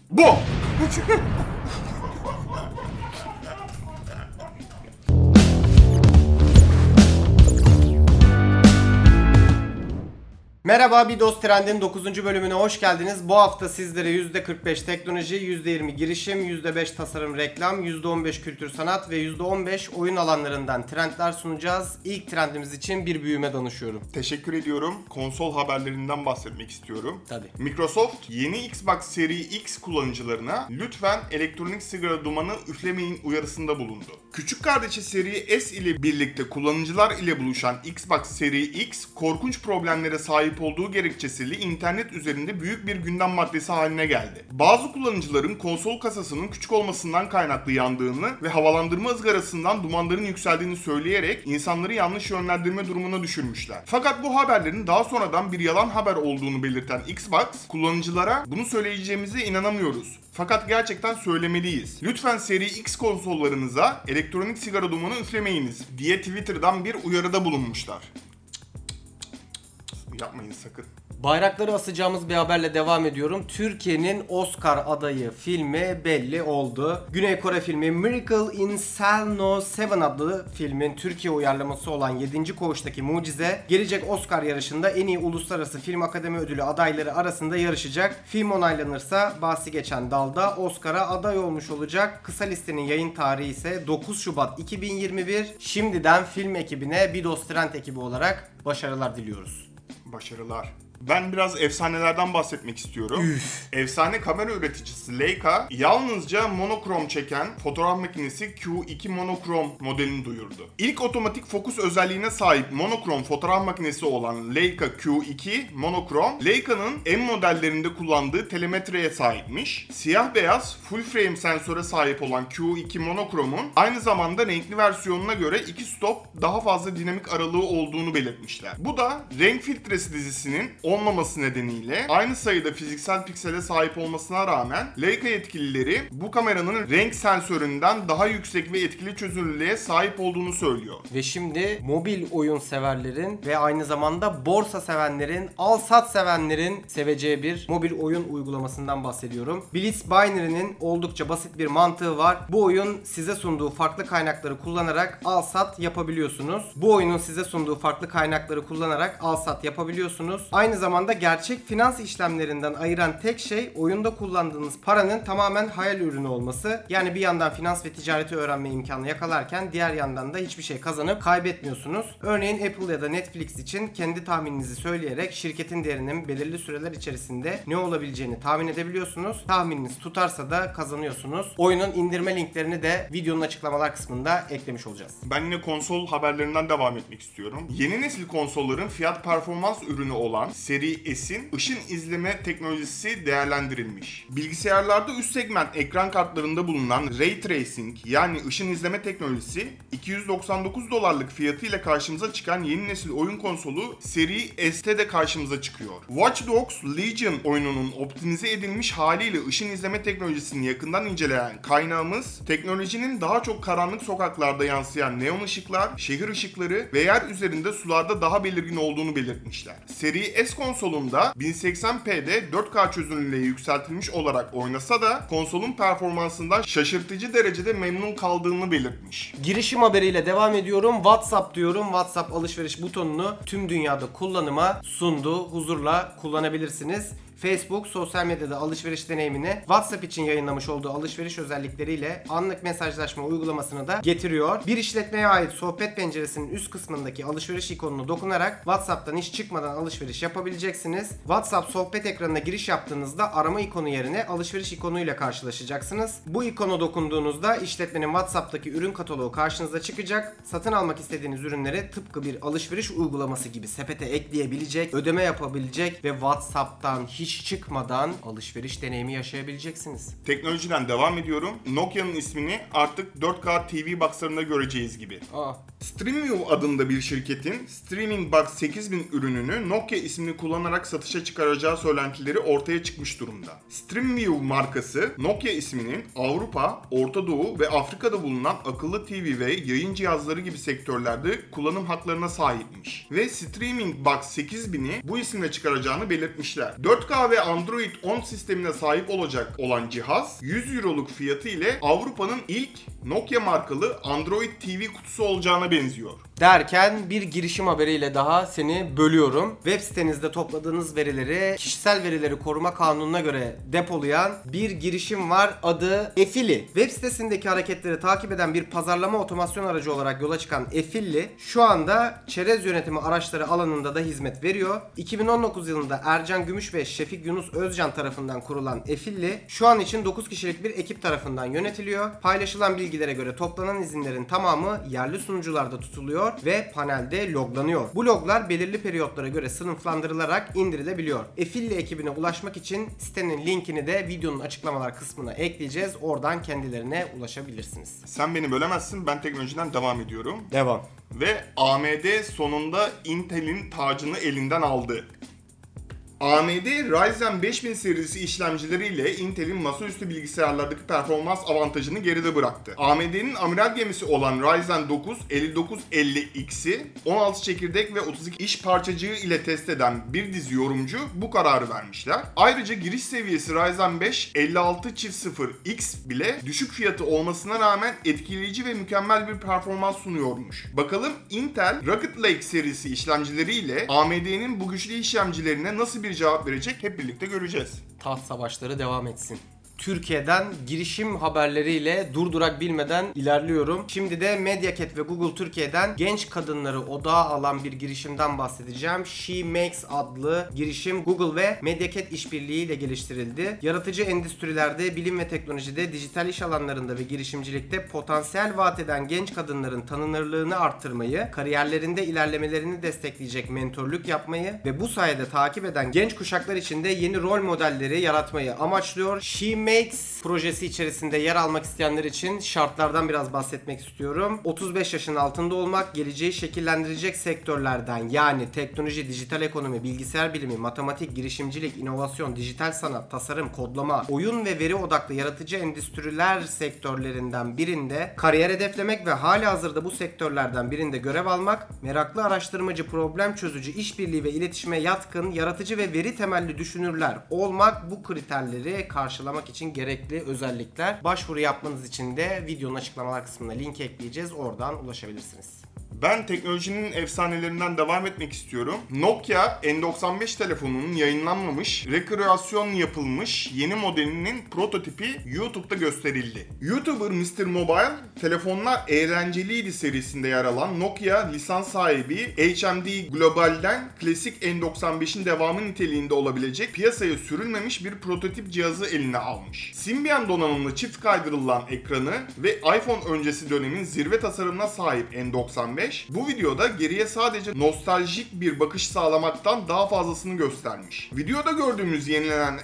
Bu! Merhaba, Bir Dost Trend'in 9. bölümüne hoş geldiniz. Bu hafta sizlere %45 teknoloji, %20 girişim, %5 tasarım reklam, %15 kültür sanat ve %15 oyun alanlarından trendler sunacağız. İlk trendimiz için bir büyüğüme danışıyorum. Teşekkür ediyorum. Konsol haberlerinden bahsetmek istiyorum. Tabii. Microsoft yeni Xbox Series X kullanıcılarına lütfen elektronik sigara dumanı üflemeyin uyarısında bulundu. Küçük kardeşi Series S ile birlikte kullanıcılar ile buluşan Xbox Series X korkunç problemlere sahip olduğu gerekçesiyle internet üzerinde büyük bir gündem maddesi haline geldi. Bazı kullanıcıların konsol kasasının küçük olmasından kaynaklı yandığını ve havalandırma ızgarasından dumanların yükseldiğini söyleyerek insanları yanlış yönlendirme durumuna düşürmüşler. Fakat bu haberlerin daha sonradan bir yalan haber olduğunu belirten Xbox, kullanıcılara bunu söyleyeceğimize inanamıyoruz. Fakat gerçekten söylemeliyiz. Lütfen Seri X konsollarınıza elektronik sigara dumanı üflemeyiniz diye Twitter'dan bir uyarıda bulunmuşlar. Yapmayın sakın. Bayrakları asacağımız bir haberle devam ediyorum. Türkiye'nin Oscar adayı filmi belli oldu. Güney Kore filmi Miracle in Cell No 7 adlı filmin Türkiye uyarlaması olan 7. Koğuştaki Mucize gelecek Oscar yarışında en iyi uluslararası film akademi ödülü adayları arasında yarışacak. Film onaylanırsa bahsi geçen dalda Oscar'a aday olmuş olacak. Kısa listenin yayın tarihi ise 9 Şubat 2021. Şimdiden film ekibine Bir Dost Trend ekibi olarak başarılar diliyoruz. Başarılar. Ben biraz efsanelerden bahsetmek istiyorum. Efsane kamera üreticisi Leica yalnızca monokrom çeken fotoğraf makinesi Q2 monokrom modelini duyurdu. İlk otomatik fokus özelliğine sahip monokrom fotoğraf makinesi olan Leica Q2 monokrom, Leica'nın M modellerinde kullandığı telemetreye sahipmiş. Siyah beyaz full frame sensöre sahip olan Q2 monokromun aynı zamanda renkli versiyonuna göre 2 stop daha fazla dinamik aralığı olduğunu belirtmişler. Bu da renk filtresi dizisinin olmaması nedeniyle aynı sayıda fiziksel piksele sahip olmasına rağmen Leica yetkilileri bu kameranın renk sensöründen daha yüksek ve etkili çözünürlüğe sahip olduğunu söylüyor. Ve şimdi mobil oyun severlerin ve aynı zamanda borsa sevenlerin, al-sat sevenlerin seveceği bir mobil oyun uygulamasından bahsediyorum. Blitz Binary'nin oldukça basit bir mantığı var. Bu oyun size sunduğu farklı kaynakları kullanarak al-sat yapabiliyorsunuz. Bu oyunun size sunduğu farklı kaynakları kullanarak al-sat yapabiliyorsunuz. Aynı zamanda gerçek finans işlemlerinden ayıran tek şey oyunda kullandığınız paranın tamamen hayal ürünü olması. Yani bir yandan finans ve ticareti öğrenme imkanı yakalarken diğer yandan da hiçbir şey kazanıp kaybetmiyorsunuz. Örneğin Apple ya da Netflix için kendi tahmininizi söyleyerek şirketin değerinin belirli süreler içerisinde ne olabileceğini tahmin edebiliyorsunuz. Tahmininiz tutarsa da kazanıyorsunuz. Oyunun indirme linklerini de videonun açıklamalar kısmında eklemiş olacağız. Ben yine konsol haberlerinden devam etmek istiyorum. Yeni nesil konsolların fiyat performans ürünü olan Seri S'in ışın izleme teknolojisi değerlendirilmiş. Bilgisayarlarda üst segment ekran kartlarında bulunan Ray Tracing yani ışın izleme teknolojisi $299 fiyatıyla karşımıza çıkan yeni nesil oyun konsolu Seri S'te de karşımıza çıkıyor. Watch Dogs Legion oyununun optimize edilmiş haliyle ışın izleme teknolojisini yakından inceleyen kaynağımız teknolojinin daha çok karanlık sokaklarda yansıyan neon ışıklar, şehir ışıkları ve yer üzerinde sularda daha belirgin olduğunu belirtmişler. Seri S konsolunda 1080p'de 4K çözünürlüğe yükseltilmiş olarak oynasa da konsolun performansından şaşırtıcı derecede memnun kaldığını belirtmiş. Girişim haberiyle devam ediyorum. WhatsApp diyorum. WhatsApp alışveriş butonunu tüm dünyada kullanıma sundu. Huzurla kullanabilirsiniz. Facebook sosyal medyada alışveriş deneyimini WhatsApp için yayınlamış olduğu alışveriş özellikleriyle anlık mesajlaşma uygulamasını da getiriyor. Bir işletmeye ait sohbet penceresinin üst kısmındaki alışveriş ikonunu dokunarak WhatsApp'tan hiç çıkmadan alışveriş yapabileceksiniz. WhatsApp sohbet ekranına giriş yaptığınızda arama ikonu yerine alışveriş ikonuyla karşılaşacaksınız. Bu ikona dokunduğunuzda işletmenin WhatsApp'taki ürün kataloğu karşınıza çıkacak. Satın almak istediğiniz ürünleri tıpkı bir alışveriş uygulaması gibi sepete ekleyebilecek, ödeme yapabilecek ve WhatsApp'tan hiç çıkmadan alışveriş deneyimi yaşayabileceksiniz. Teknolojiden devam ediyorum. Nokia'nın ismini artık 4K TV boxlarında göreceğiz gibi. Streamview adında bir şirketin Streaming Box 8000 ürününü Nokia ismini kullanarak satışa çıkaracağı söylentileri ortaya çıkmış durumda. Streamview markası Nokia isminin Avrupa, Orta Doğu ve Afrika'da bulunan akıllı TV ve yayın cihazları gibi sektörlerde kullanım haklarına sahipmiş. Ve Streaming Box 8000'i bu isimle çıkaracağını belirtmişler. 4K Nokia ve Android 10 sistemine sahip olacak olan cihaz 100 euroluk fiyatı ile Avrupa'nın ilk Nokia markalı Android TV kutusu olacağına benziyor. Derken bir girişim haberiyle daha seni bölüyorum. Web sitenizde topladığınız verileri kişisel verileri koruma kanununa göre depolayan bir girişim var. Adı Efili. Web sitesindeki hareketleri takip eden bir pazarlama otomasyon aracı olarak yola çıkan Efili şu anda çerez yönetimi araçları alanında da hizmet veriyor. 2019 yılında Ercan Gümüş ve Şefik Yunus Özcan tarafından kurulan Efili şu an için 9 kişilik bir ekip tarafından yönetiliyor. Paylaşılan bilgilere göre toplanan izinlerin tamamı yerli sunucularda tutuluyor ve panelde loglanıyor. Bu loglar belirli periyotlara göre sınıflandırılarak indirilebiliyor. Efili ekibine ulaşmak için sitenin linkini de videonun açıklamalar kısmına ekleyeceğiz. Oradan kendilerine ulaşabilirsiniz. Sen beni bölemezsin, ben teknolojiden devam ediyorum. Devam. Ve AMD sonunda Intel'in tacını elinden aldı. AMD Ryzen 5000 serisi işlemcileriyle Intel'in masaüstü bilgisayarlardaki performans avantajını geride bıraktı. AMD'nin amiral gemisi olan Ryzen 9 5950X'i 16 çekirdek ve 32 iş parçacığı ile test eden bir dizi yorumcu bu kararı vermişler. Ayrıca giriş seviyesi Ryzen 5 5600X bile düşük fiyatı olmasına rağmen etkileyici ve mükemmel bir performans sunuyormuş. Bakalım Intel Rocket Lake serisi işlemcileriyle AMD'nin bu güçlü işlemcilerine nasıl bir cevap verecek, hep birlikte göreceğiz. Taht savaşları devam etsin. Türkiye'den girişim haberleriyle durdurak bilmeden ilerliyorum. Şimdi de Mediaket ve Google Türkiye'den genç kadınları odağa alan bir girişimden bahsedeceğim. She Makes adlı girişim Google ve Mediaket işbirliğiyle geliştirildi. Yaratıcı endüstrilerde, bilim ve teknolojide, dijital iş alanlarında ve girişimcilikte potansiyel vaat eden genç kadınların tanınırlığını arttırmayı, kariyerlerinde ilerlemelerini destekleyecek mentorluk yapmayı ve bu sayede takip eden genç kuşaklar için de yeni rol modelleri yaratmayı amaçlıyor. She Makes projesi içerisinde yer almak isteyenler için şartlardan biraz bahsetmek istiyorum. 35 yaşın altında olmak, geleceği şekillendirecek sektörlerden yani teknoloji, dijital ekonomi, bilgisayar bilimi, matematik, girişimcilik, inovasyon, dijital sanat, tasarım, kodlama, oyun ve veri odaklı yaratıcı endüstriler sektörlerinden birinde kariyer hedeflemek ve halihazırda bu sektörlerden birinde görev almak, meraklı araştırmacı, problem çözücü, işbirliği ve iletişime yatkın, yaratıcı ve veri temelli düşünürler olmak bu kriterleri karşılamak için gerekli özellikler. Başvuru yapmanız için de videonun açıklamalar kısmına link ekleyeceğiz. Oradan ulaşabilirsiniz. Ben teknolojinin efsanelerinden devam etmek istiyorum. Nokia N95 telefonunun yayınlanmamış, rekreasyon yapılmış yeni modelinin prototipi YouTube'da gösterildi. YouTuber Mr. Mobile, telefonlar eğlenceliydi serisinde yer alan Nokia lisans sahibi HMD Global'den klasik N95'in devamı niteliğinde olabilecek piyasaya sürülmemiş bir prototip cihazı eline almış. Symbian donanımlı çift kaydırılan ekranı ve iPhone öncesi dönemin zirve tasarımına sahip N95 bu videoda geriye sadece nostaljik bir bakış sağlamaktan daha fazlasını göstermiş. Videoda gördüğümüz yenilenen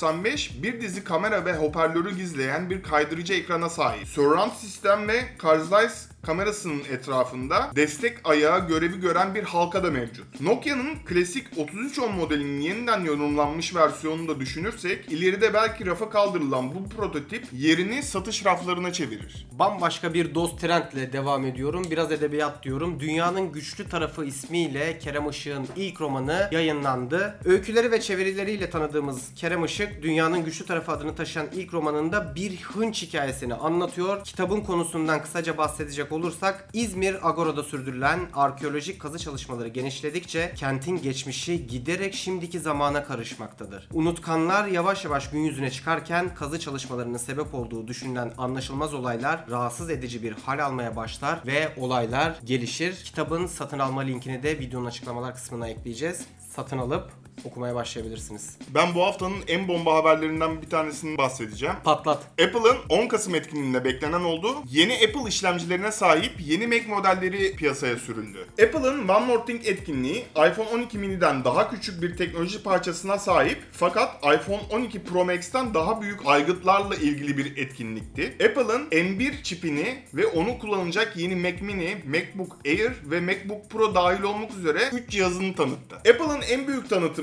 N95 bir dizi kamera ve hoparlörü gizleyen bir kaydırıcı ekrana sahip. Surround sistem ve Carl kamerasının etrafında destek ayağı görevi gören bir halka da mevcut. Nokia'nın klasik 3310 modelinin yeniden yorumlanmış versiyonunu da düşünürsek ileride belki rafa kaldırılan bu prototip yerini satış raflarına çevirir. Bambaşka bir dost trendle devam ediyorum. Biraz edebiyat diyorum. Dünyanın Güçlü Tarafı ismiyle Kerem Işık'ın ilk romanı yayınlandı. Öyküleri ve çevirileriyle tanıdığımız Kerem Işık, Dünyanın Güçlü Tarafı adını taşıyan ilk romanında bir hınç hikayesini anlatıyor. Kitabın konusundan kısaca bahsedecek olursak, İzmir Agora'da sürdürülen arkeolojik kazı çalışmaları genişledikçe kentin geçmişi giderek şimdiki zamana karışmaktadır. Unutkanlar yavaş yavaş gün yüzüne çıkarken kazı çalışmalarının sebep olduğu düşünülen anlaşılmaz olaylar rahatsız edici bir hal almaya başlar ve olaylar gelişir. Kitabın satın alma linkini de videonun açıklamalar kısmına ekleyeceğiz. Satın alıp okumaya başlayabilirsiniz. Ben bu haftanın en bomba haberlerinden bir tanesini bahsedeceğim. Patlat. Apple'ın 10 Kasım etkinliğinde beklenen olduğu yeni Apple işlemcilerine sahip yeni Mac modelleri piyasaya sürüldü. Apple'ın One More Thing etkinliği iPhone 12 mini'den daha küçük bir teknoloji parçasına sahip fakat iPhone 12 Pro Max'ten daha büyük aygıtlarla ilgili bir etkinlikti. Apple'ın M1 çipini ve onu kullanacak yeni Mac Mini, MacBook Air ve MacBook Pro dahil olmak üzere 3 cihazını tanıttı. Apple'ın en büyük tanıtımı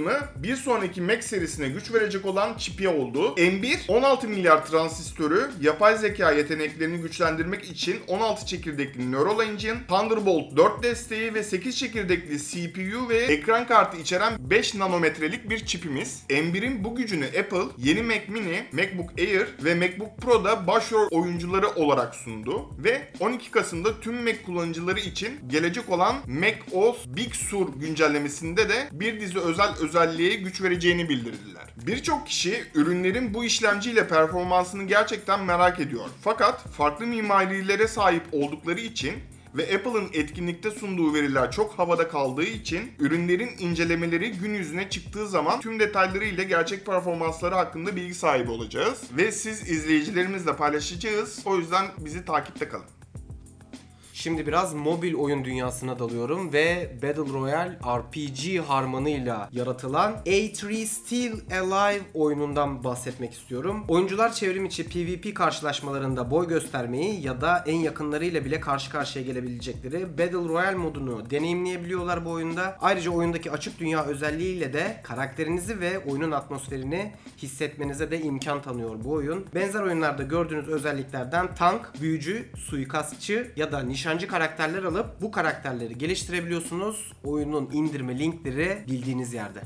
adımı bir sonraki Mac serisine güç verecek olan çipi oldu. M1 16 milyar transistörü, yapay zeka yeteneklerini güçlendirmek için 16 çekirdekli Neural Engine, Thunderbolt 4 desteği ve 8 çekirdekli CPU ve ekran kartı içeren 5 nanometrelik bir çipimiz. M1'in bu gücünü Apple yeni Mac Mini, MacBook Air ve MacBook Pro'da başrol oyuncuları olarak sundu ve 12 Kasım'da tüm Mac kullanıcıları için gelecek olan macOS Big Sur güncellemesinde de bir dizi özelliğe güç vereceğini bildirdiler. Birçok kişi ürünlerin bu işlemciyle performansını gerçekten merak ediyor. Fakat farklı mimarilere sahip oldukları için ve Apple'ın etkinlikte sunduğu veriler çok havada kaldığı için ürünlerin incelemeleri gün yüzüne çıktığı zaman tüm detaylarıyla gerçek performansları hakkında bilgi sahibi olacağız. Ve siz izleyicilerimizle paylaşacağız. O yüzden bizi takipte kalın. Şimdi biraz mobil oyun dünyasına dalıyorum ve Battle Royale RPG harmanıyla yaratılan A3 Still Alive oyunundan bahsetmek istiyorum. Oyuncular çevrim içi PvP karşılaşmalarında boy göstermeyi ya da en yakınlarıyla bile karşı karşıya gelebilecekleri Battle Royale modunu deneyimleyebiliyorlar bu oyunda. Ayrıca oyundaki açık dünya özelliğiyle de karakterinizi ve oyunun atmosferini hissetmenize de imkan tanıyor bu oyun. Benzer oyunlarda gördüğünüz özelliklerden tank, büyücü, suikastçı ya da nişancı karakterler alıp bu karakterleri geliştirebiliyorsunuz. Oyunun indirme linkleri bildiğiniz yerde.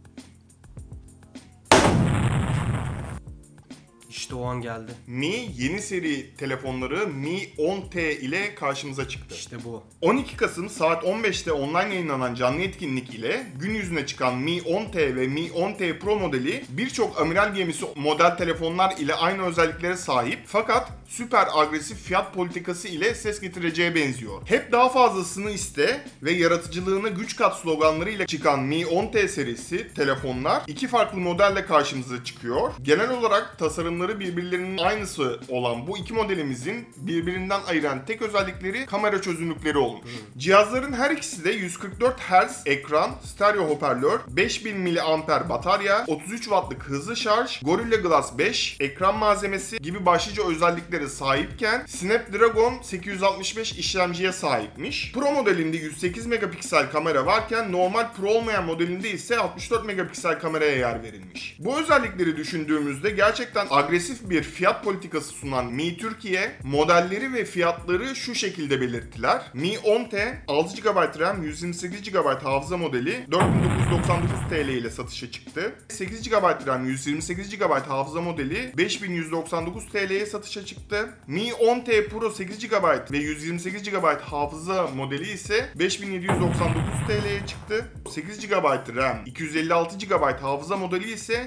İşte o an geldi. Mi yeni seri telefonları Mi 10T ile karşımıza çıktı. İşte bu. 12 Kasım saat 15'te online yayınlanan canlı etkinlik ile gün yüzüne çıkan Mi 10T ve Mi 10T Pro modeli birçok amiral gemisi model telefonlar ile aynı özelliklere sahip fakat süper agresif fiyat politikası ile ses getireceğe benziyor. Hep daha fazlasını iste ve yaratıcılığına güç kat sloganlarıyla çıkan Mi 10T serisi telefonlar iki farklı modelle karşımıza çıkıyor. Genel olarak tasarımları birbirlerinin aynısı olan bu iki modelimizin birbirinden ayıran tek özellikleri kamera çözünürlükleri olmuş. Cihazların her ikisi de 144 Hz ekran, stereo hoparlör, 5000 mAh batarya, 33 Watt'lık hızlı şarj, Gorilla Glass 5, ekran malzemesi gibi başlıca özelliklere sahipken Snapdragon 865 işlemciye sahipmiş. Pro modelinde 108 megapiksel kamera varken normal Pro olmayan modelinde ise 64 megapiksel kameraya yer verilmiş. Bu özellikleri düşündüğümüzde gerçekten agresif bir fiyat politikası sunan Mi Türkiye modelleri ve fiyatları şu şekilde belirttiler. Mi 10T 6 GB RAM, 128 GB hafıza modeli 4999 TL ile satışa çıktı. 8 GB RAM, 128 GB hafıza modeli 5199 TL'ye satışa çıktı. Mi 10T Pro 8 GB ve 128 GB hafıza modeli ise 5799 TL'ye çıktı. 8 GB RAM, 256 GB hafıza modeli ise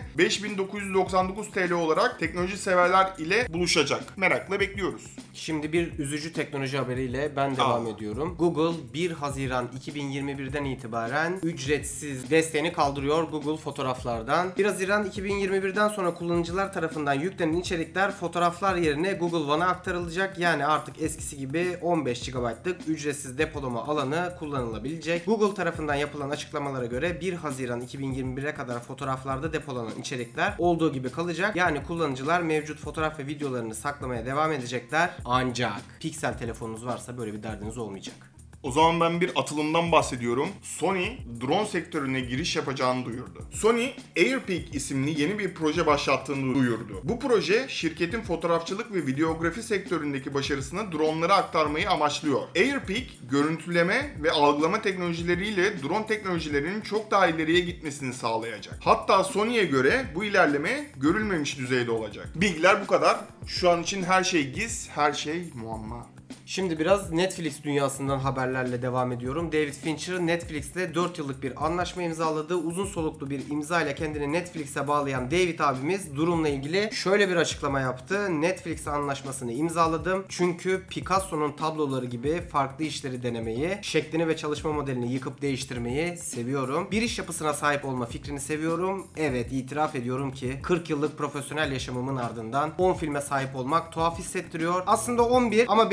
5999 TL olarak teknoloji severler ile buluşacak. Merakla bekliyoruz. Şimdi bir üzücü teknoloji haberiyle ben devam ediyorum. Google 1 Haziran 2021'den itibaren ücretsiz desteğini kaldırıyor Google fotoğraflardan. 1 Haziran 2021'den sonra kullanıcılar tarafından yüklenen içerikler fotoğraflar yerine Google One'a aktarılacak. Yani artık eskisi gibi 15 GB'lık ücretsiz depolama alanı kullanılabilecek. Google tarafından yapılan açıklamalara göre 1 Haziran 2021'e kadar fotoğraflarda depolanan içerikler olduğu gibi kalacak. Yani kullanıcılar mevcut fotoğraf ve videolarını saklamaya devam edecekler. Ancak Pixel telefonunuz varsa böyle bir derdiniz olmayacak. O zaman ben bir atılımdan bahsediyorum. Sony drone sektörüne giriş yapacağını duyurdu. Sony AirPeak isimli yeni bir proje başlattığını duyurdu. Bu proje şirketin fotoğrafçılık ve videografi sektöründeki başarısını dronlara aktarmayı amaçlıyor. AirPeak görüntüleme ve algılama teknolojileriyle drone teknolojilerinin çok daha ileriye gitmesini sağlayacak. Hatta Sony'ye göre bu ilerleme görülmemiş düzeyde olacak. Bilgiler bu kadar. Şu an için her şey giz, her şey muamma. Şimdi biraz Netflix dünyasından haberlerle devam ediyorum. David Fincher Netflix'le 4 yıllık bir anlaşma imzaladı. Uzun soluklu bir imza ile kendini Netflix'e bağlayan David abimiz durumla ilgili şöyle bir açıklama yaptı. Netflix anlaşmasını imzaladım çünkü Picasso'nun tabloları gibi farklı işleri denemeyi, şeklini ve çalışma modelini yıkıp değiştirmeyi seviyorum. Bir iş yapısına sahip olma fikrini seviyorum. Evet, itiraf ediyorum ki 40 yıllık profesyonel yaşamımın ardından 10 filme sahip olmak tuhaf hissettiriyor. Aslında 11 ama benim olduğum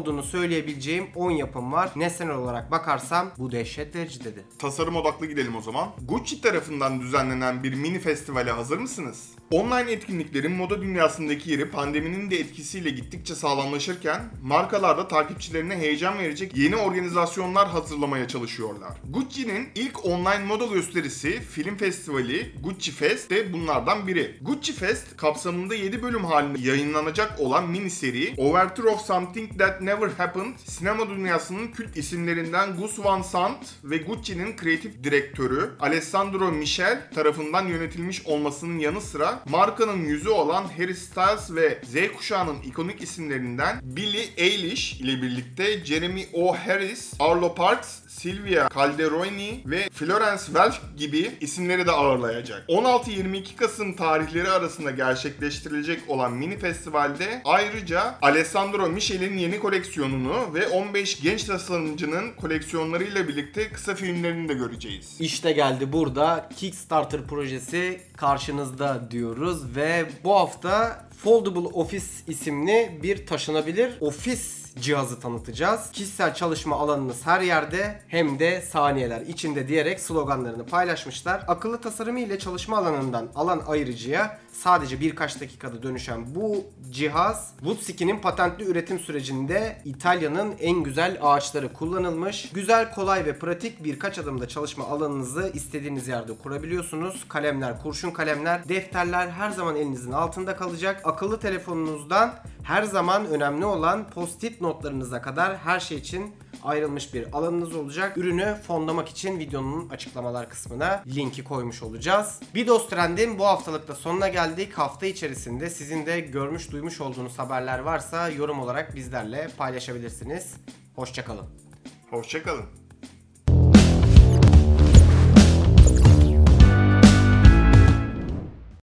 olduğunu söyleyebileceğim 10 yapım var. Nesnel olarak bakarsam bu dehşet verici dedi. Tasarım odaklı gidelim o zaman. Gucci tarafından düzenlenen bir mini festivale hazır mısınız? Online etkinliklerin moda dünyasındaki yeri pandeminin de etkisiyle gittikçe sağlamlaşırken markalar da takipçilerine heyecan verecek yeni organizasyonlar hazırlamaya çalışıyorlar. Gucci'nin ilk online moda gösterisi film festivali Gucci Fest de bunlardan biri. Gucci Fest kapsamında 7 bölüm halinde yayınlanacak olan mini seri Overture of Something That Never Happened, sinema dünyasının kült isimlerinden Gus Van Sant ve Gucci'nin kreatif direktörü Alessandro Michel tarafından yönetilmiş olmasının yanı sıra markanın yüzü olan Harry Styles ve Z kuşağının ikonik isimlerinden Billie Eilish ile birlikte Jeremy O. Harris, Arlo Parks, Silvia Calderoni ve Florence Welch gibi isimleri de ağırlayacak. 16-22 Kasım tarihleri arasında gerçekleştirilecek olan mini festivalde ayrıca Alessandro Michel'in yeni koleksiyonunu ve 15 genç tasarımcının koleksiyonlarıyla birlikte kısa filmlerini de göreceğiz. İşte geldi burada Kickstarter projesi karşınızda diyoruz ve bu hafta Foldable Office isimli bir taşınabilir ofis cihazı tanıtacağız. Kişisel çalışma alanınız her yerde hem de saniyeler içinde diyerek sloganlarını paylaşmışlar. Akıllı tasarımı ile çalışma alanından alan ayırıcıya sadece birkaç dakikada dönüşen bu cihaz Woodsic'in patentli üretim sürecinde İtalya'nın en güzel ağaçları kullanılmış. Güzel, kolay ve pratik birkaç adımda çalışma alanınızı istediğiniz yerde kurabiliyorsunuz. Kalemler, kurşun kalemler, defterler her zaman elinizin altında kalacak. Akıllı telefonunuzdan her zaman önemli olan post-it notlarınıza kadar her şey için ayrılmış bir alanınız olacak. Ürünü fonlamak için videonun açıklamalar kısmına linki koymuş olacağız. Bidos Trend'in bu haftalıkta sonuna geldik. Hafta içerisinde sizin de görmüş duymuş olduğunuz haberler varsa yorum olarak bizlerle paylaşabilirsiniz. Hoşça kalın. Hoşça kalın.